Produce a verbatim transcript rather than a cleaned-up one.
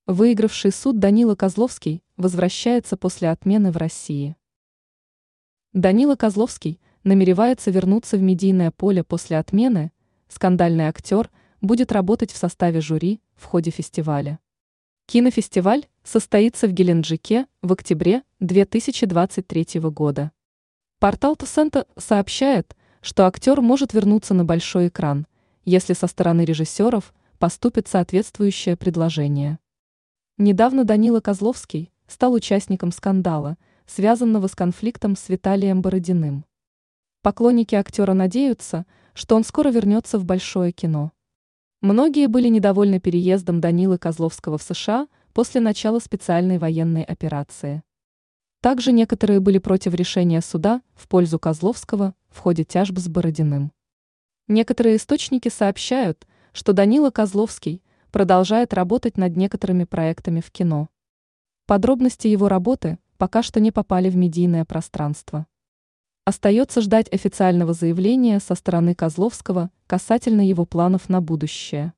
Выигравший суд Данила Козловский возвращается после отмены в России. Данила Козловский намеревается вернуться в медийное поле после отмены. Скандальный актер будет работать в составе жюри в ходе фестиваля. Кинофестиваль состоится в Геленджике в октябре две тысячи двадцать третьего года. Портал Тосента сообщает, что актер может вернуться на большой экран, если со стороны режиссеров поступит соответствующее предложение. Недавно Данила Козловский стал участником скандала, связанного с конфликтом с Виталием Бородиным. Поклонники актера надеются, что он скоро вернется в большое кино. Многие были недовольны переездом Данилы Козловского в США после начала специальной военной операции. Также некоторые были против решения суда в пользу Козловского в ходе тяжб с Бородиным. Некоторые источники сообщают, что Данила Козловский продолжает работать над некоторыми проектами в кино. Подробности его работы пока что не попали в медийное пространство. Остается ждать официального заявления со стороны Козловского касательно его планов на будущее.